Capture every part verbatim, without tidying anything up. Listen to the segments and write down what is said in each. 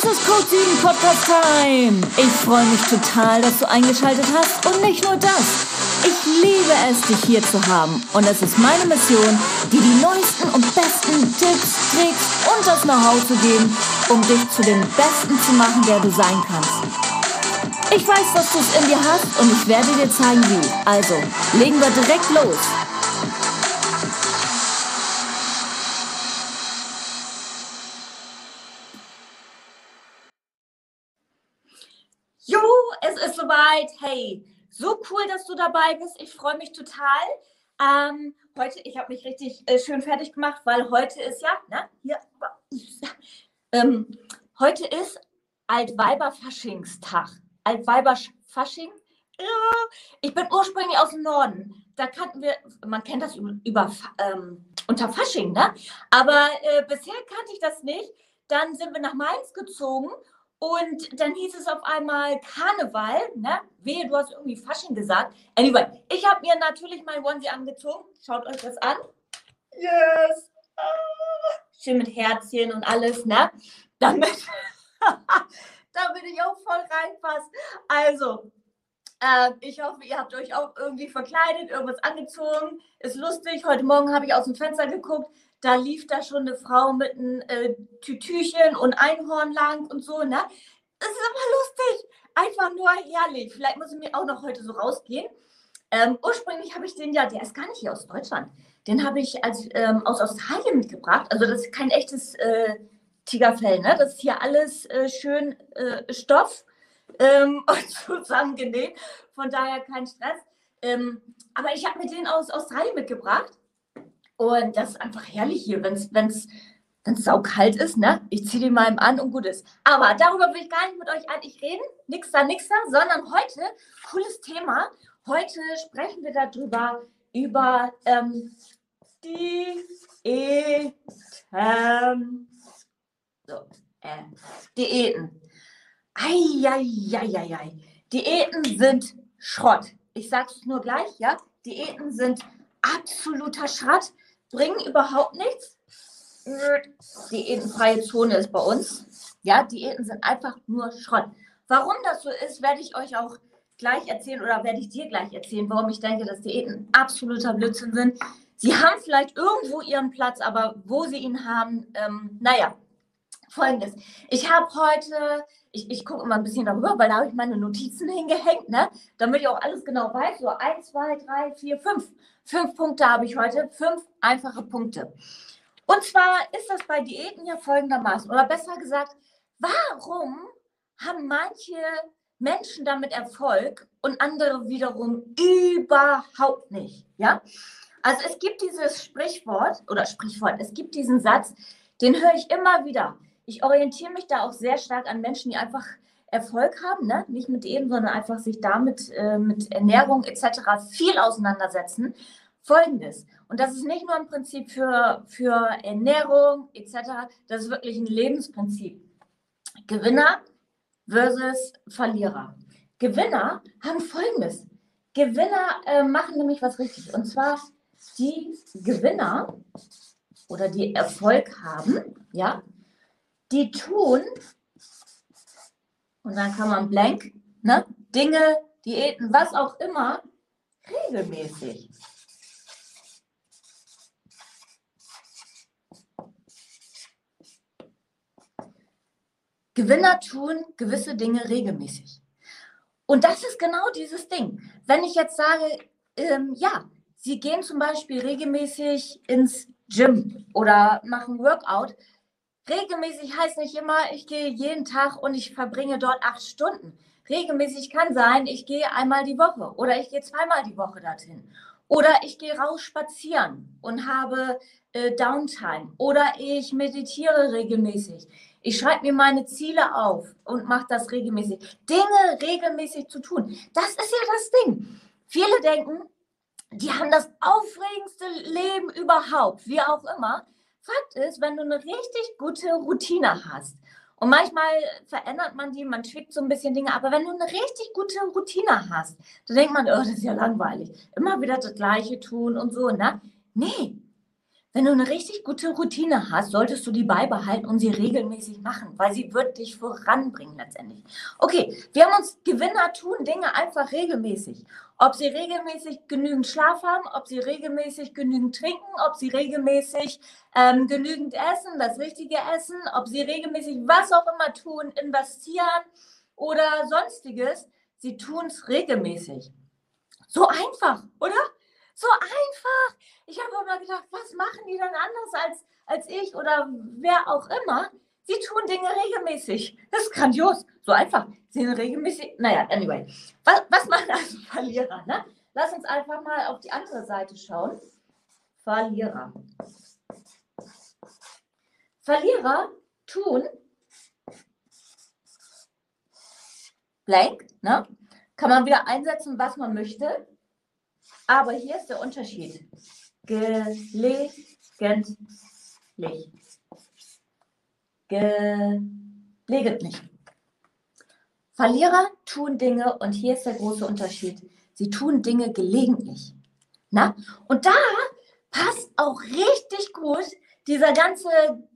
ist Code sieben Podcast Time. Ich freue mich total, dass du eingeschaltet hast und nicht nur das. Ich liebe es, dich hier zu haben und es ist meine Mission, dir die neuesten und besten Tipps, Tricks und das Know-how zu geben, um dich zu dem Besten zu machen, der du sein kannst. Ich weiß, dass du es in dir hast und ich werde dir zeigen, wie. Also, legen wir direkt los. Jo, es ist soweit. Hey, so cool, dass du dabei bist. Ich freue mich total. Ähm, heute, ich habe mich richtig äh, schön fertig gemacht, weil heute ist ja, ne, hier, ähm, heute ist Altweiberfaschingstag. Altweiberfasching. Ja, ich bin ursprünglich aus dem Norden. Da kannten wir, man kennt das über, über ähm, unter Fasching, ne? Aber äh, bisher kannte ich das nicht. Dann sind wir nach Mainz gezogen. Und dann hieß es auf einmal Karneval, ne? Wehe, du hast irgendwie Fasching gesagt. Anyway, ich habe mir natürlich mein Onesie angezogen. Schaut euch das an. Yes! Ah, schön mit Herzchen und alles, ne? Damit, damit ich auch voll reinpasse. Also, äh, ich hoffe, ihr habt euch auch irgendwie verkleidet, irgendwas angezogen. Ist lustig. Heute Morgen habe ich aus dem Fenster geguckt. Da lief da schon eine Frau mit einem äh, Tütüchen und Einhorn lang und so, ne? Das ist aber lustig. Einfach nur herrlich. Vielleicht muss ich mir auch noch heute so rausgehen. Ähm, ursprünglich habe ich den ja, der ist gar nicht hier aus Deutschland. Den habe ich als, ähm, aus Australien mitgebracht. Also das ist kein echtes äh, Tigerfell, ne? Das ist hier alles äh, schön äh, Stoff ähm, und zusammengenäht. Von daher kein Stress. Ähm, aber ich habe mir den aus Australien mitgebracht. Und das ist einfach herrlich hier, wenn es wenn's, wenn's saukalt ist, ne? Ich ziehe den mal an und gut ist. Aber darüber will ich gar nicht mit euch eigentlich reden. Nix da, nix da, sondern heute, cooles Thema. Heute sprechen wir darüber, über ähm, Diäten. So, äh, Diäten. Eieieiei. Diäten sind Schrott. Ich sag's nur gleich, ja? Diäten sind absoluter Schrott. Bringen überhaupt nichts. Diätenfreie Zone ist bei uns. Ja, Diäten sind einfach nur Schrott. Warum das so ist, werde ich euch auch gleich erzählen oder werde ich dir gleich erzählen, warum ich denke, dass Diäten absoluter Blödsinn sind. Sie haben vielleicht irgendwo ihren Platz, aber wo sie ihn haben, ähm, naja, Folgendes. Ich habe heute, ich, ich gucke immer ein bisschen darüber, weil da habe ich meine Notizen hingehängt, ne? Damit ich auch alles genau weiß. So eins, zwei, drei, vier, fünf. Fünf Punkte habe ich heute. Fünf einfache Punkte. Und zwar ist das bei Diäten ja folgendermaßen. Oder besser gesagt, warum haben manche Menschen damit Erfolg und andere wiederum überhaupt nicht? Ja? Also es gibt dieses Sprichwort, oder Sprichwort, es gibt diesen Satz, den höre ich immer wieder. Ich orientiere mich da auch sehr stark an Menschen, die einfach Erfolg haben, ne? Nicht mit Diäten, sondern einfach sich damit äh, mit Ernährung et cetera viel auseinandersetzen. Folgendes, und das ist nicht nur ein Prinzip für, für Ernährung et cetera, das ist wirklich ein Lebensprinzip. Gewinner versus Verlierer. Gewinner haben Folgendes. Gewinner äh, machen nämlich was richtig, und zwar die Gewinner oder die Erfolg haben, ja, die tun, und dann kann man blank, ne, Dinge, Diäten, was auch immer, regelmäßig. Gewinner tun gewisse Dinge regelmäßig. Und das ist genau dieses Ding. Wenn ich jetzt sage, ähm, ja, Sie gehen zum Beispiel regelmäßig ins Gym oder machen Workout. Regelmäßig heißt nicht immer, ich gehe jeden Tag und ich verbringe dort acht Stunden. Regelmäßig kann sein, ich gehe einmal die Woche oder ich gehe zweimal die Woche dorthin. Oder ich gehe raus spazieren und habe äh, Downtime. Oder ich meditiere regelmäßig. Ich schreibe mir meine Ziele auf und mache das regelmäßig. Dinge regelmäßig zu tun. Das ist ja das Ding. Viele denken, die haben das aufregendste Leben überhaupt, wie auch immer. Fakt ist, wenn du eine richtig gute Routine hast, und manchmal verändert man die, man schickt so ein bisschen Dinge, aber wenn du eine richtig gute Routine hast, dann denkt man, oh, das ist ja langweilig. Immer wieder das Gleiche tun und so, ne? Nee, Wenn du eine richtig gute Routine hast, solltest du die beibehalten und sie regelmäßig machen, weil sie wird dich voranbringen letztendlich. Okay, wir haben uns Gewinner tun Dinge einfach regelmäßig. Ob sie regelmäßig genügend Schlaf haben, ob sie regelmäßig genügend trinken, ob sie regelmäßig ähm, genügend essen, das richtige Essen, ob sie regelmäßig was auch immer tun, investieren oder sonstiges. Sie tun es regelmäßig. So einfach, oder? So einfach. Ich habe immer gedacht, was machen die denn anders als, als ich oder wer auch immer? Sie tun Dinge regelmäßig. Das ist grandios. So einfach. Sie sind regelmäßig. Naja, anyway. Was, was machen also Verlierer? Ne? Lass uns einfach mal auf die andere Seite schauen. Verlierer. Verlierer tun blank. Ne? Kann man wieder einsetzen, was man möchte. Aber hier ist der Unterschied. Gelegentlich. Gelegentlich. Verlierer tun Dinge, und hier ist der große Unterschied. Sie tun Dinge gelegentlich. Na? Und da passt auch richtig gut dieser ganze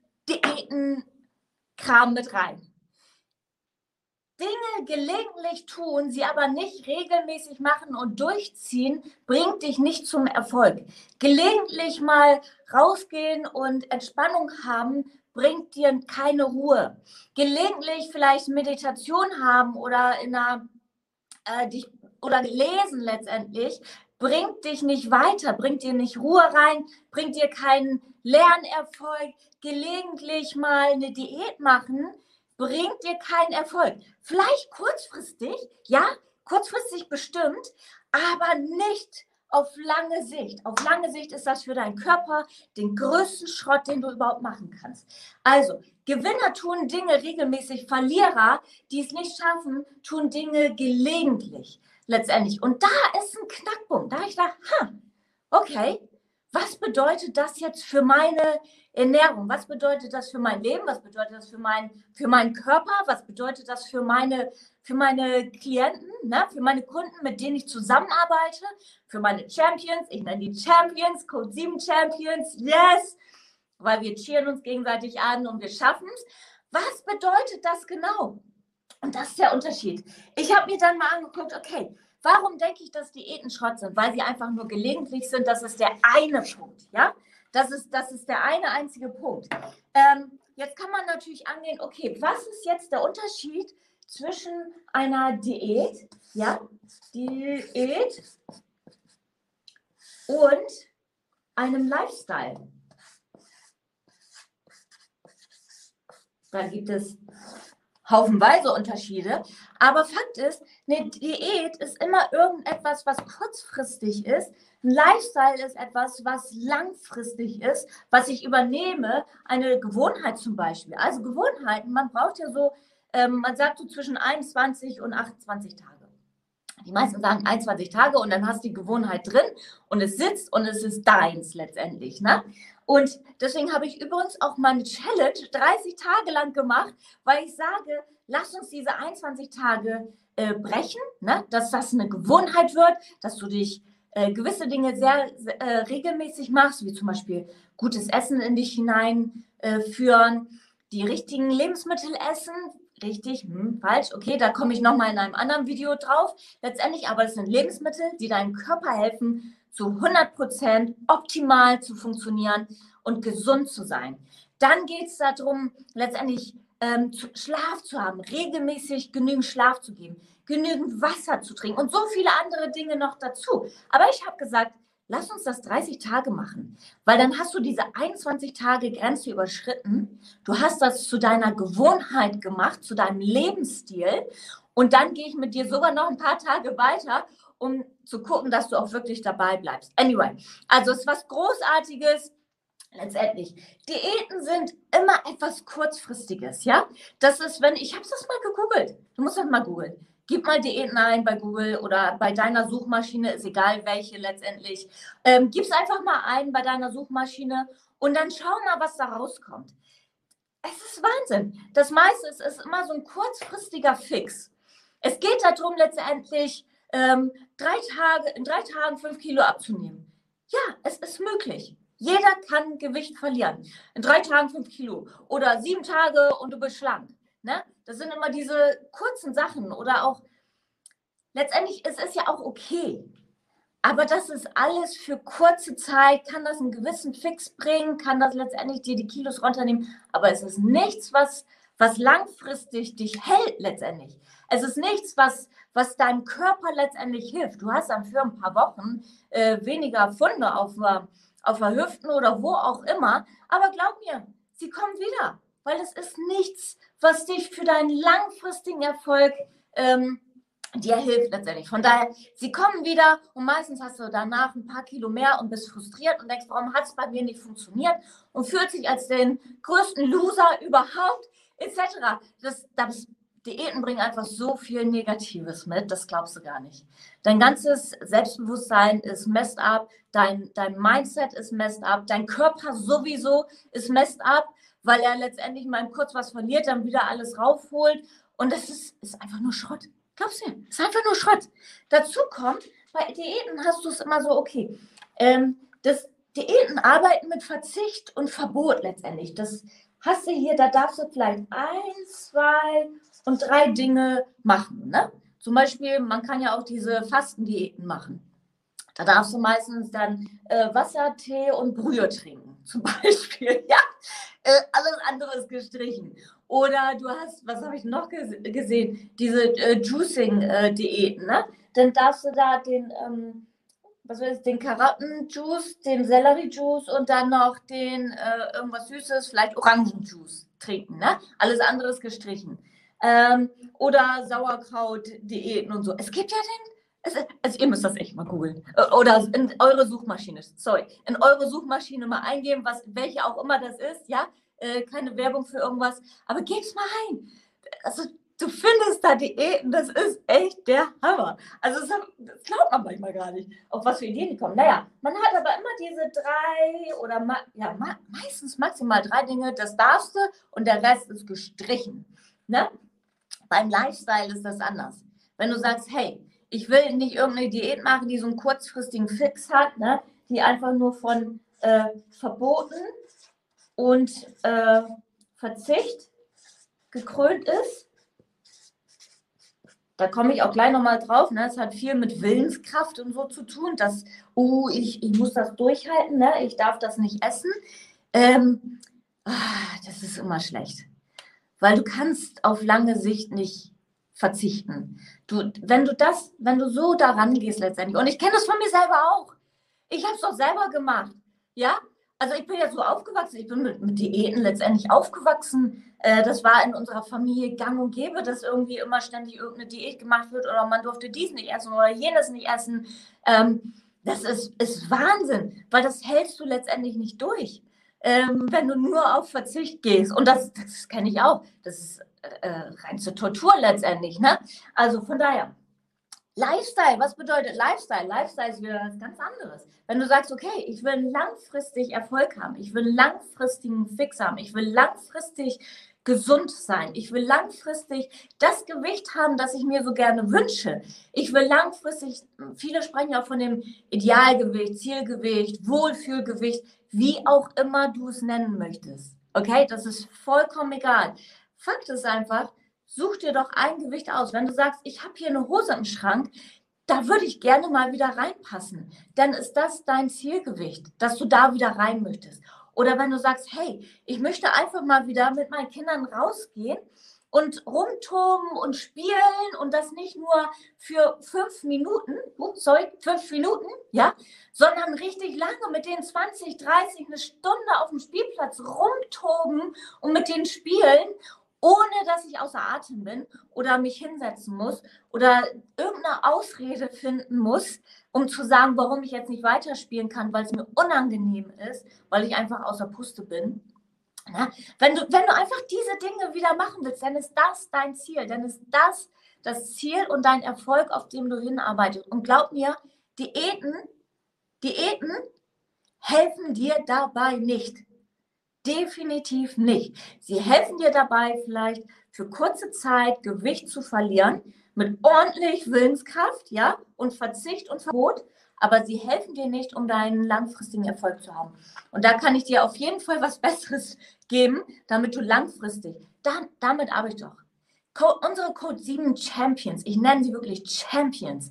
Diätenkram mit rein. Dinge gelegentlich tun, sie aber nicht regelmäßig machen und durchziehen, bringt dich nicht zum Erfolg. Gelegentlich mal rausgehen und Entspannung haben, bringt dir keine Ruhe. Gelegentlich vielleicht Meditation haben oder in einer äh, dich oder lesen letztendlich, bringt dich nicht weiter, bringt dir nicht Ruhe rein, bringt dir keinen Lernerfolg. Gelegentlich mal eine Diät machen, bringt dir keinen Erfolg. Vielleicht kurzfristig, ja, kurzfristig bestimmt, aber nicht auf lange Sicht. Auf lange Sicht ist das für deinen Körper den größten Schrott, den du überhaupt machen kannst. Also, Gewinner tun Dinge regelmäßig, Verlierer, die es nicht schaffen, tun Dinge gelegentlich letztendlich. Und da ist ein Knackpunkt. Da habe ich gedacht, ha, okay, was bedeutet das jetzt für meine Ernährung? Was bedeutet das für mein Leben? Was bedeutet das für, mein, für meinen Körper? Was bedeutet das für meine, für meine Klienten, ne? Für meine Kunden, mit denen ich zusammenarbeite? Für meine Champions, ich nenne die Champions, Code sieben Champions, yes! Weil wir cheeren uns gegenseitig an und wir schaffen es. Was bedeutet das genau? Und das ist der Unterschied. Ich habe mir dann mal angeguckt, okay, warum denke ich, dass Diäten Schrott sind? Weil sie einfach nur gelegentlich sind. Das ist der eine Punkt. Ja? Das ist, das ist der eine einzige Punkt. Ähm, jetzt kann man natürlich angehen, okay, was ist jetzt der Unterschied zwischen einer Diät, ja, Diät und einem Lifestyle? Da gibt es haufenweise Unterschiede. Aber Fakt ist, eine Diät ist immer irgendetwas, was kurzfristig ist. Ein Lifestyle ist etwas, was langfristig ist, was ich übernehme. Eine Gewohnheit zum Beispiel. Also Gewohnheiten, man braucht ja so, ähm, man sagt so zwischen einundzwanzig und achtundzwanzig Tage. Die meisten sagen einundzwanzig Tage und dann hast du die Gewohnheit drin und es sitzt und es ist deins letztendlich. Ne? Und deswegen habe ich übrigens auch meine Challenge dreißig Tage lang gemacht, weil ich sage, lass uns diese einundzwanzig Tage äh, brechen, ne? Dass das eine Gewohnheit wird, dass du dich äh, gewisse Dinge sehr äh, regelmäßig machst, wie zum Beispiel gutes Essen in dich hineinführen, äh, die richtigen Lebensmittel essen. Richtig, hm, falsch, okay, da komme ich nochmal in einem anderen Video drauf. Letztendlich aber es sind Lebensmittel, die deinem Körper helfen, zu hundert Prozent optimal zu funktionieren und gesund zu sein. Dann geht es darum, letztendlich ähm, zu, Schlaf zu haben, regelmäßig genügend Schlaf zu geben, genügend Wasser zu trinken und so viele andere Dinge noch dazu. Aber ich habe gesagt, lass uns das dreißig Tage machen, weil dann hast du diese einundzwanzig Tage Grenze überschritten. Du hast das zu deiner Gewohnheit gemacht, zu deinem Lebensstil. Und dann gehe ich mit dir sogar noch ein paar Tage weiter, um zu gucken, dass du auch wirklich dabei bleibst. Anyway, also es ist was Großartiges. Letztendlich, Diäten sind immer etwas Kurzfristiges, ja? Das ist, wenn, ich habe das mal gegoogelt. Du musst das mal googeln. Gib mal Diäten ein bei Google oder bei deiner Suchmaschine, ist egal welche letztendlich. Ähm, Gib es einfach mal ein bei deiner Suchmaschine und dann schau mal, was da rauskommt. Es ist Wahnsinn. Das meiste ist, ist immer so ein kurzfristiger Fix. Es geht darum, letztendlich ähm, drei Tage, in drei Tagen fünf Kilo abzunehmen. Ja, es ist möglich. Jeder kann Gewicht verlieren. In drei Tagen fünf Kilo oder sieben Tage und du bist schlank. Ne? Das sind immer diese kurzen Sachen oder auch, letztendlich ist es ja auch okay. Aber das ist alles für kurze Zeit, kann das einen gewissen Fix bringen, kann das letztendlich dir die Kilos runternehmen, aber es ist nichts, was, was langfristig dich hält letztendlich. Es ist nichts, was, was deinem Körper letztendlich hilft. Du hast dann für ein paar Wochen äh, weniger Funde auf, auf der Hüften oder wo auch immer, aber glaub mir, sie kommen wieder, weil es ist nichts, was dich für deinen langfristigen Erfolg ähm, dir hilft letztendlich. Von daher, sie kommen wieder und meistens hast du danach ein paar Kilo mehr und bist frustriert und denkst, warum hat es bei mir nicht funktioniert und fühlt sich als den größten Loser überhaupt, et cetera. Das, das, Diäten bringen einfach so viel Negatives mit, das glaubst du gar nicht. Dein ganzes Selbstbewusstsein ist messed up, dein, dein Mindset ist messed up, dein Körper sowieso ist messed up, weil er letztendlich mal kurz was verliert, dann wieder alles raufholt und das ist, ist einfach nur Schrott. Glaubst du, ist einfach nur Schrott. Dazu kommt, bei Diäten hast du es immer so, okay, ähm, das Diäten arbeiten mit Verzicht und Verbot letztendlich. Das hast du hier, da darfst du vielleicht eins, zwei und drei Dinge machen. Ne? Zum Beispiel, man kann ja auch diese Fastendiäten machen. Da darfst du meistens dann äh, Wasser, Tee und Brühe trinken, zum Beispiel. Ja, äh, alles andere ist gestrichen. Oder du hast, was habe ich noch ges- gesehen, diese äh, Juicing-Diäten, ne? Dann darfst du da den, ähm, was weiß, den Karottenjuice, den Selleriejuice und dann noch den äh, irgendwas Süßes, vielleicht Orangenjuice trinken, ne? Alles andere ist gestrichen. Ähm, oder Sauerkraut-Diäten und so. Es gibt ja den, es, also ihr müsst das echt mal googeln. Oder in eure Suchmaschine, sorry, in eure Suchmaschine mal eingeben, was, welche auch immer das ist, ja? Äh, keine Werbung für irgendwas, aber geb's mal ein. Also du findest da Diäten, das ist echt der Hammer. Also das, das glaubt man manchmal gar nicht, auf was für Ideen die kommen. Naja, man hat aber immer diese drei oder ma, ja, ma, meistens maximal drei Dinge, das darfst du und der Rest ist gestrichen. Ne? Beim Lifestyle ist das anders. Wenn du sagst, hey, ich will nicht irgendeine Diät machen, die so einen kurzfristigen Fix hat, ne? Die einfach nur von äh, Verboten und äh, Verzicht gekrönt ist. Da komme ich auch gleich nochmal drauf. Ne? Es hat viel mit Willenskraft und so zu tun, dass, oh, ich, ich muss das durchhalten, ne? Ich darf das nicht essen. Ähm, ah, das ist immer schlecht, weil du kannst auf lange Sicht nicht verzichten. Du, wenn du das, wenn du so daran gehst letztendlich, und ich kenne das von mir selber auch. Ich habe es doch selber gemacht, ja? Also ich bin ja so aufgewachsen, ich bin mit, mit Diäten letztendlich aufgewachsen. Äh, das war in unserer Familie gang und gäbe, dass irgendwie immer ständig irgendeine Diät gemacht wird oder man durfte dies nicht essen oder jenes nicht essen. Ähm, das ist, ist Wahnsinn, weil das hältst du letztendlich nicht durch, ähm, wenn du nur auf Verzicht gehst. Und das, das kenne ich auch. Das ist äh, reinste Tortur letztendlich. Ne? Also von daher. Lifestyle, was bedeutet Lifestyle? Lifestyle ist wieder was ganz anderes. Wenn du sagst, okay, ich will langfristig Erfolg haben, ich will langfristigen Fix haben, ich will langfristig gesund sein, ich will langfristig das Gewicht haben, das ich mir so gerne wünsche. Ich will langfristig, viele sprechen auch von dem Idealgewicht, Zielgewicht, Wohlfühlgewicht, wie auch immer du es nennen möchtest. Okay, das ist vollkommen egal. Fakt ist einfach, such dir doch ein Gewicht aus. Wenn du sagst, ich habe hier eine Hose im Schrank, da würde ich gerne mal wieder reinpassen. Dann ist das dein Zielgewicht, dass du da wieder rein möchtest. Oder wenn du sagst, hey, ich möchte einfach mal wieder mit meinen Kindern rausgehen und rumtoben und spielen und das nicht nur für fünf Minuten, oh, sorry, fünf Minuten, ja, sondern richtig lange mit denen zwanzig, dreißig, eine Stunde auf dem Spielplatz rumtoben und mit denen spielen, ohne dass ich außer Atem bin oder mich hinsetzen muss oder irgendeine Ausrede finden muss, um zu sagen, warum ich jetzt nicht weiterspielen kann, weil es mir unangenehm ist, weil ich einfach außer Puste bin. Na, wenn du, wenn du einfach diese Dinge wieder machen willst, dann ist das dein Ziel, dann ist das das Ziel und dein Erfolg, auf dem du hinarbeitest. Und glaub mir, Diäten, Diäten helfen dir dabei nicht. Definitiv nicht. Sie helfen dir dabei, vielleicht für kurze Zeit Gewicht zu verlieren, mit ordentlich Willenskraft, ja, und Verzicht und Verbot. aber sie helfen dir nicht, um deinen langfristigen Erfolg zu haben. Und da kann ich dir auf jeden Fall was Besseres geben, damit du langfristig, dann, damit arbeite ich doch. Co unsere Code sieben Champions, ich nenne sie wirklich Champions,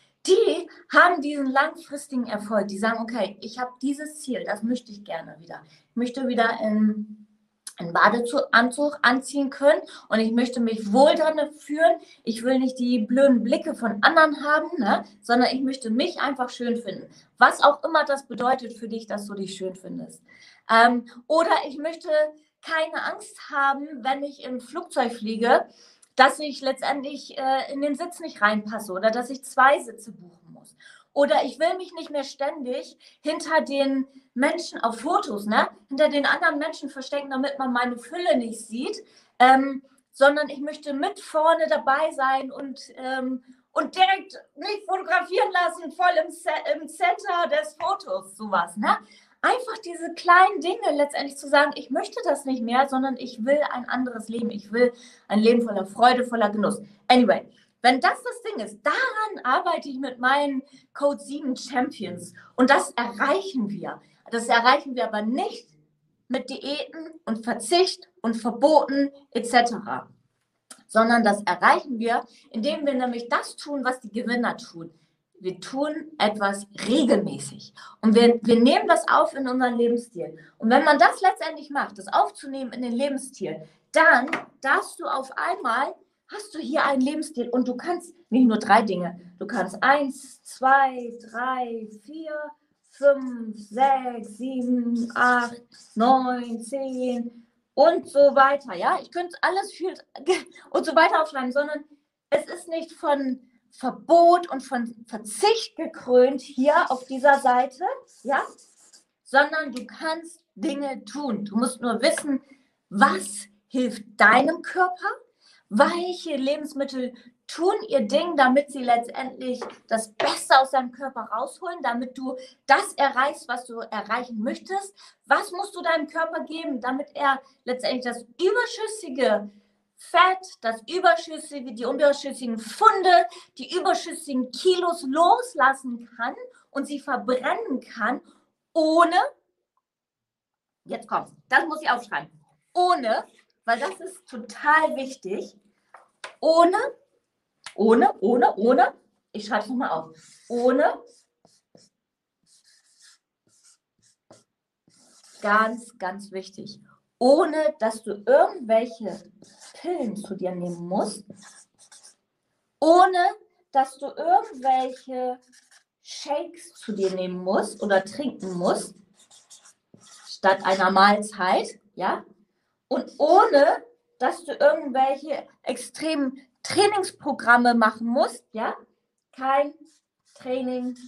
die haben diesen langfristigen Erfolg. Die sagen, okay, ich habe dieses Ziel, das möchte ich gerne wieder. Ich möchte wieder in, einen Badeanzug anziehen können und ich möchte mich wohl drin fühlen. Ich will nicht die blöden Blicke von anderen haben, ne? Sondern ich möchte mich einfach schön finden. Was auch immer das bedeutet für dich, dass du dich schön findest. Ähm, oder ich möchte keine Angst haben, wenn ich im Flugzeug fliege, dass ich letztendlich äh, in den Sitz nicht reinpasse oder dass ich zwei Sitze buchen muss. Oder ich will mich nicht mehr ständig hinter den Menschen auf Fotos, ne, hinter den anderen Menschen verstecken, damit man meine Fülle nicht sieht, ähm, sondern ich möchte mit vorne dabei sein und, ähm, und direkt mich fotografieren lassen, voll im, im Center des Fotos, sowas, ne? Einfach diese kleinen Dinge letztendlich zu sagen, ich möchte das nicht mehr, sondern ich will ein anderes Leben. Ich will ein Leben voller Freude, voller Genuss. Anyway, wenn das das Ding ist, daran arbeite ich mit meinen Code sieben Champions. Und das erreichen wir. Das erreichen wir aber nicht mit Diäten und Verzicht und Verboten et cetera. Sondern das erreichen wir, indem wir nämlich das tun, was die Gewinner tun. Wir tun etwas regelmäßig und wir, wir nehmen das auf in unseren Lebensstil. Und wenn man das letztendlich macht, das aufzunehmen in den Lebensstil, dann darfst du auf einmal, hast du hier einen Lebensstil und du kannst nicht nur drei Dinge, du kannst eins, zwei, drei, vier, fünf, sechs, sieben, acht, neun, zehn und so weiter. Ja, ich könnte alles viel und so weiter aufschreiben, sondern es ist nicht von Verbot und von Verzicht gekrönt hier auf dieser Seite, ja, sondern du kannst Dinge tun. Du musst nur wissen, was hilft deinem Körper, welche Lebensmittel tun ihr Ding, damit sie letztendlich das Beste aus deinem Körper rausholen, damit du das erreichst, was du erreichen möchtest. Was musst du deinem Körper geben, damit er letztendlich das überschüssige Fett, das überschüssige, die überschüssigen Funde, die überschüssigen Kilos loslassen kann und sie verbrennen kann, ohne, jetzt kommt's, das muss ich aufschreiben, ohne, weil das ist total wichtig, ohne, ohne, ohne, ohne, ich schreibe es nochmal auf, ohne, ganz, ganz wichtig, ohne, dass du irgendwelche Pillen zu dir nehmen musst, ohne, dass du irgendwelche Shakes zu dir nehmen musst oder trinken musst, statt einer Mahlzeit, ja, und ohne, dass du irgendwelche extremen Trainingsprogramme machen musst, ja, kein Training.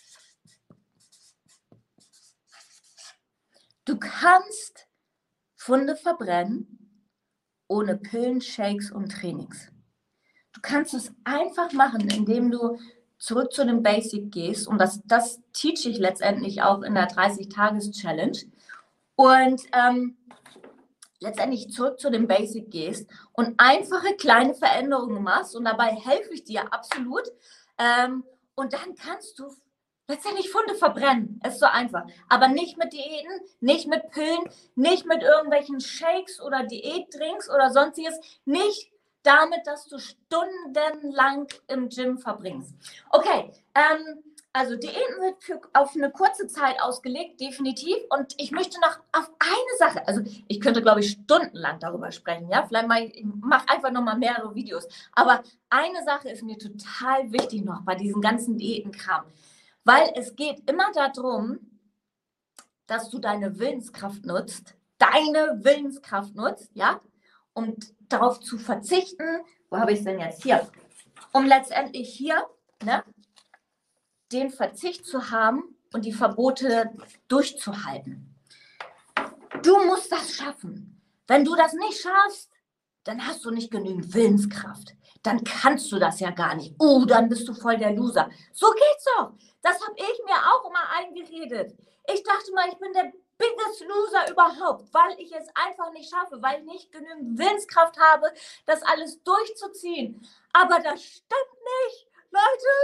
Du kannst Funde verbrennen ohne Pillen, Shakes und Trainings. Du kannst es einfach machen, indem du zurück zu dem Basic gehst. Und das, das teach ich letztendlich auch in der dreißig-Tages-Challenge. Und ähm, letztendlich zurück zu dem Basic gehst und einfache kleine Veränderungen machst. Und dabei helfe ich dir absolut. Ähm, und dann kannst du letztendlich Funde verbrennen. Ist so einfach. Aber nicht mit Diäten, nicht mit Pillen, nicht mit irgendwelchen Shakes oder Diätdrinks oder sonstiges. Nicht damit, dass du stundenlang im Gym verbringst. Okay, ähm, also Diäten sind für, auf eine kurze Zeit ausgelegt, definitiv. Und ich möchte noch auf eine Sache, also ich könnte, glaube ich, stundenlang darüber sprechen, ja, vielleicht mal, ich mache einfach nochmal mehrere Videos. Aber eine Sache ist mir total wichtig noch bei diesem ganzen Diätenkram. Weil es geht immer darum, dass du deine Willenskraft nutzt, deine Willenskraft nutzt, ja, um darauf zu verzichten. Wo habe ich es denn jetzt? Hier. Um letztendlich hier, ne, den Verzicht zu haben und die Verbote durchzuhalten. Du musst das schaffen. Wenn du das nicht schaffst, dann hast du nicht genügend Willenskraft. Dann kannst du das ja gar nicht. Oh, dann bist du voll der Loser. So geht's doch. Das habe ich mir auch immer eingeredet. Ich dachte mal, ich bin der biggest Loser überhaupt, weil ich es einfach nicht schaffe, weil ich nicht genügend Willenskraft habe, das alles durchzuziehen. Aber das stimmt nicht. Leute,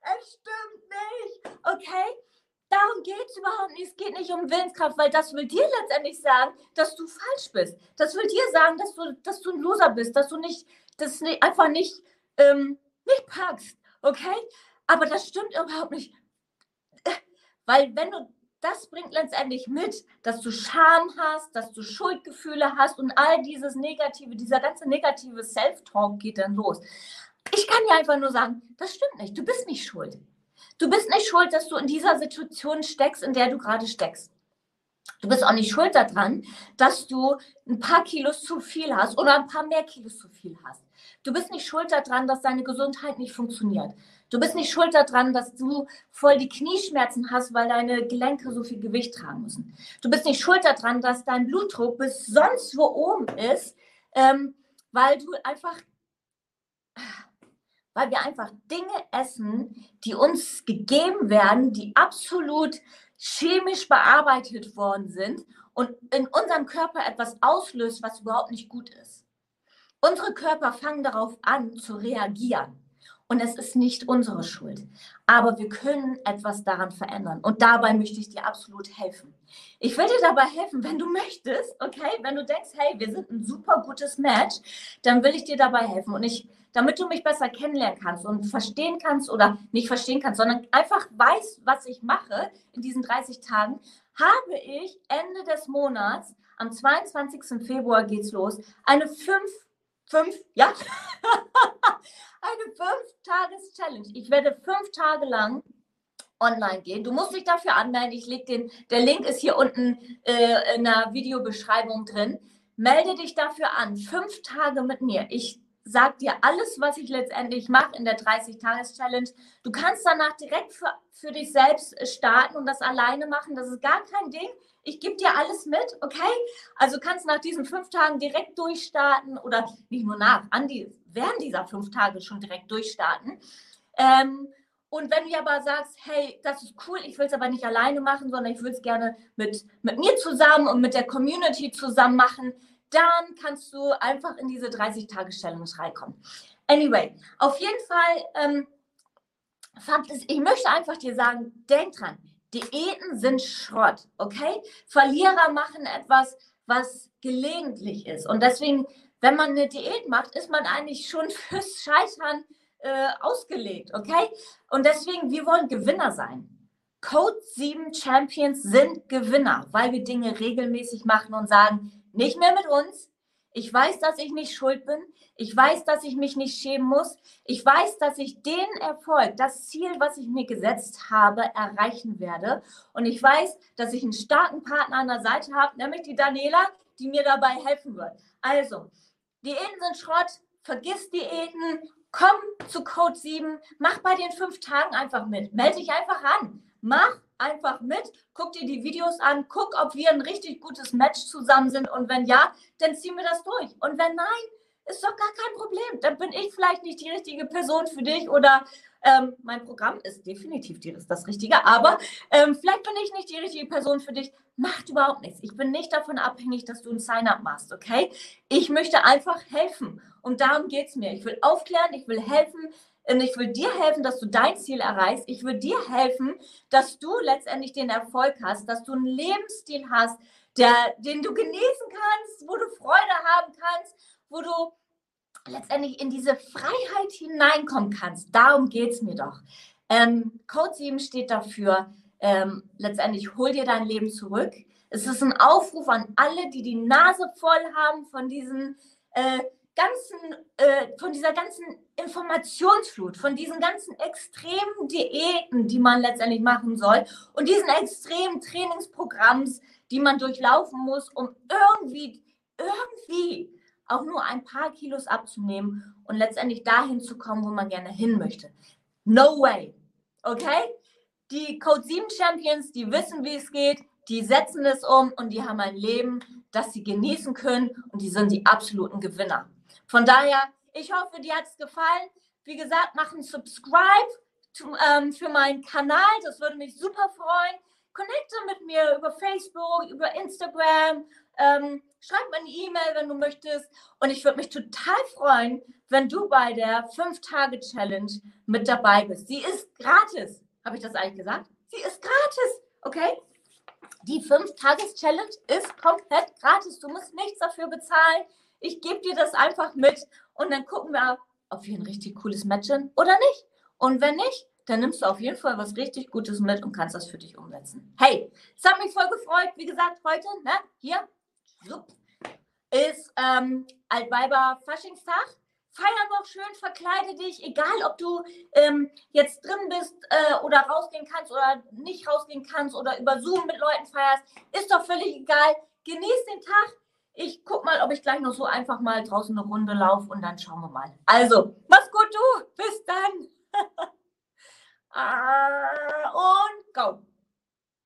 Es stimmt nicht, okay? Darum geht es überhaupt nicht. Es geht nicht um Willenskraft, weil das will dir letztendlich sagen, dass du falsch bist. Das will dir sagen, dass du, dass du ein Loser bist, dass du nicht, das nicht, einfach nicht, ähm, nicht packst, okay? Aber das stimmt überhaupt nicht. Weil wenn du, das bringt letztendlich mit, dass du Scham hast, dass du Schuldgefühle hast und all dieses Negative, dieser ganze negative Self-Talk geht dann los. Ich kann dir einfach nur sagen, das stimmt nicht. Du bist nicht schuld. Du bist nicht schuld, dass du in dieser Situation steckst, in der du gerade steckst. Du bist auch nicht schuld daran, dass du ein paar Kilos zu viel hast oder ein paar mehr Kilos zu viel hast. Du bist nicht schuld daran, dass deine Gesundheit nicht funktioniert. Du bist nicht schuld daran, dass du voll die Knieschmerzen hast, weil deine Gelenke so viel Gewicht tragen müssen. Du bist nicht schuld daran, dass dein Blutdruck bis sonst wo oben ist, ähm, weil du einfach... weil wir einfach Dinge essen, die uns gegeben werden, die absolut chemisch bearbeitet worden sind und in unserem Körper etwas auslöst, was überhaupt nicht gut ist. Unsere Körper fangen darauf an zu reagieren und es ist nicht unsere Schuld. Aber wir können etwas daran verändern und dabei möchte ich dir absolut helfen. Ich will dir dabei helfen, wenn du möchtest, okay? Wenn du denkst, hey, wir sind ein super gutes Match, dann will ich dir dabei helfen und ich, damit du mich besser kennenlernen kannst und verstehen kannst oder nicht verstehen kannst, sondern einfach weißt, was ich mache in diesen dreißig Tagen, habe ich Ende des Monats, am zweiundzwanzigsten Februar geht's los, eine fünf, fünf, ja, eine fünf-Tages-Challenge. Ich werde fünf Tage lang online gehen. Du musst dich dafür anmelden. Ich leg den, der Link ist hier unten äh, in der Videobeschreibung drin. Melde dich dafür an. Fünf Tage mit mir. Ich sag dir alles, was ich letztendlich mache in der dreißig-Tages-Challenge. Du kannst danach direkt für, für dich selbst starten und das alleine machen. Das ist gar kein Ding. Ich gebe dir alles mit, okay? Also kannst nach diesen fünf Tagen direkt durchstarten oder nicht nur nach, an die, während dieser fünf Tage schon direkt durchstarten. Ähm, und wenn du aber sagst, hey, das ist cool, ich will es aber nicht alleine machen, sondern ich will es gerne mit, mit mir zusammen und mit der Community zusammen machen, dann kannst du einfach in diese dreißig-Tage-Challenge reinkommen. Anyway, auf jeden Fall, ähm, Fakt ist, ich möchte einfach dir sagen, denk dran, Diäten sind Schrott, okay? Verlierer machen etwas, was gelegentlich ist. Und deswegen, wenn man eine Diät macht, ist man eigentlich schon fürs Scheitern äh, ausgelegt, okay? Und deswegen, wir wollen Gewinner sein. Code sieben Champions sind Gewinner, weil wir Dinge regelmäßig machen und sagen, nicht mehr mit uns. Ich weiß, dass ich nicht schuld bin. Ich weiß, dass ich mich nicht schämen muss. Ich weiß, dass ich den Erfolg, das Ziel, was ich mir gesetzt habe, erreichen werde. Und ich weiß, dass ich einen starken Partner an der Seite habe, nämlich die Daniela, die mir dabei helfen wird. Also, Diäten sind Schrott. Vergiss Diäten. Komm zu Code sieben. Mach bei den fünf Tagen einfach mit. Melde dich einfach an. Mach einfach mit, guck dir die Videos an, guck, ob wir ein richtig gutes Match zusammen sind und wenn ja, dann ziehen wir das durch. Und wenn nein, ist doch gar kein Problem. Dann bin ich vielleicht nicht die richtige Person für dich oder ähm, mein Programm ist definitiv das Richtige, aber ähm, vielleicht bin ich nicht die richtige Person für dich. Macht überhaupt nichts. Ich bin nicht davon abhängig, dass du ein Sign-up machst, okay? Ich möchte einfach helfen und darum geht es mir. Ich will aufklären, ich will helfen, und ich will dir helfen, dass du dein Ziel erreichst. Ich will dir helfen, dass du letztendlich den Erfolg hast, dass du einen Lebensstil hast, der, den du genießen kannst, wo du Freude haben kannst, wo du letztendlich in diese Freiheit hineinkommen kannst. Darum geht es mir doch. Ähm, Code sieben steht dafür, ähm, letztendlich hol dir dein Leben zurück. Es ist ein Aufruf an alle, die die Nase voll haben von diesen äh, ganzen, äh, von dieser ganzen Informationsflut, von diesen ganzen extremen Diäten, die man letztendlich machen soll und diesen extremen Trainingsprogramms, die man durchlaufen muss, um irgendwie, irgendwie auch nur ein paar Kilos abzunehmen und letztendlich dahin zu kommen, wo man gerne hin möchte. No way. Okay? Die Code sieben Champions, die wissen, wie es geht, die setzen es um und die haben ein Leben, das sie genießen können und die sind die absoluten Gewinner. Von daher, ich hoffe, dir hat es gefallen. Wie gesagt, mach einen Subscribe zu, ähm, für meinen Kanal. Das würde mich super freuen. Connecte mit mir über Facebook, über Instagram. ähm, schreib mir eine E-Mail, wenn du möchtest. Und ich würde mich total freuen, wenn du bei der fünf Tage Challenge mit dabei bist. Sie ist gratis. Habe ich das eigentlich gesagt? Sie ist gratis, okay? Die fünf Tages Challenge ist komplett gratis. Du musst nichts dafür bezahlen. Ich gebe dir das einfach mit und dann gucken wir, ob wir ein richtig cooles Match sind oder nicht. Und wenn nicht, dann nimmst du auf jeden Fall was richtig Gutes mit und kannst das für dich umsetzen. Hey, es hat mich voll gefreut. Wie gesagt, heute, ne, hier, ist ähm, Altweiber-Faschingstag. Feier noch schön, verkleide dich, egal ob du ähm, jetzt drin bist äh, oder rausgehen kannst oder nicht rausgehen kannst oder über Zoom mit Leuten feierst, ist doch völlig egal. Genieß den Tag. Ich guck mal, ob ich gleich noch so einfach mal draußen eine Runde laufe und dann schauen wir mal. Also, mach's gut, du. Bis dann. ah, und go.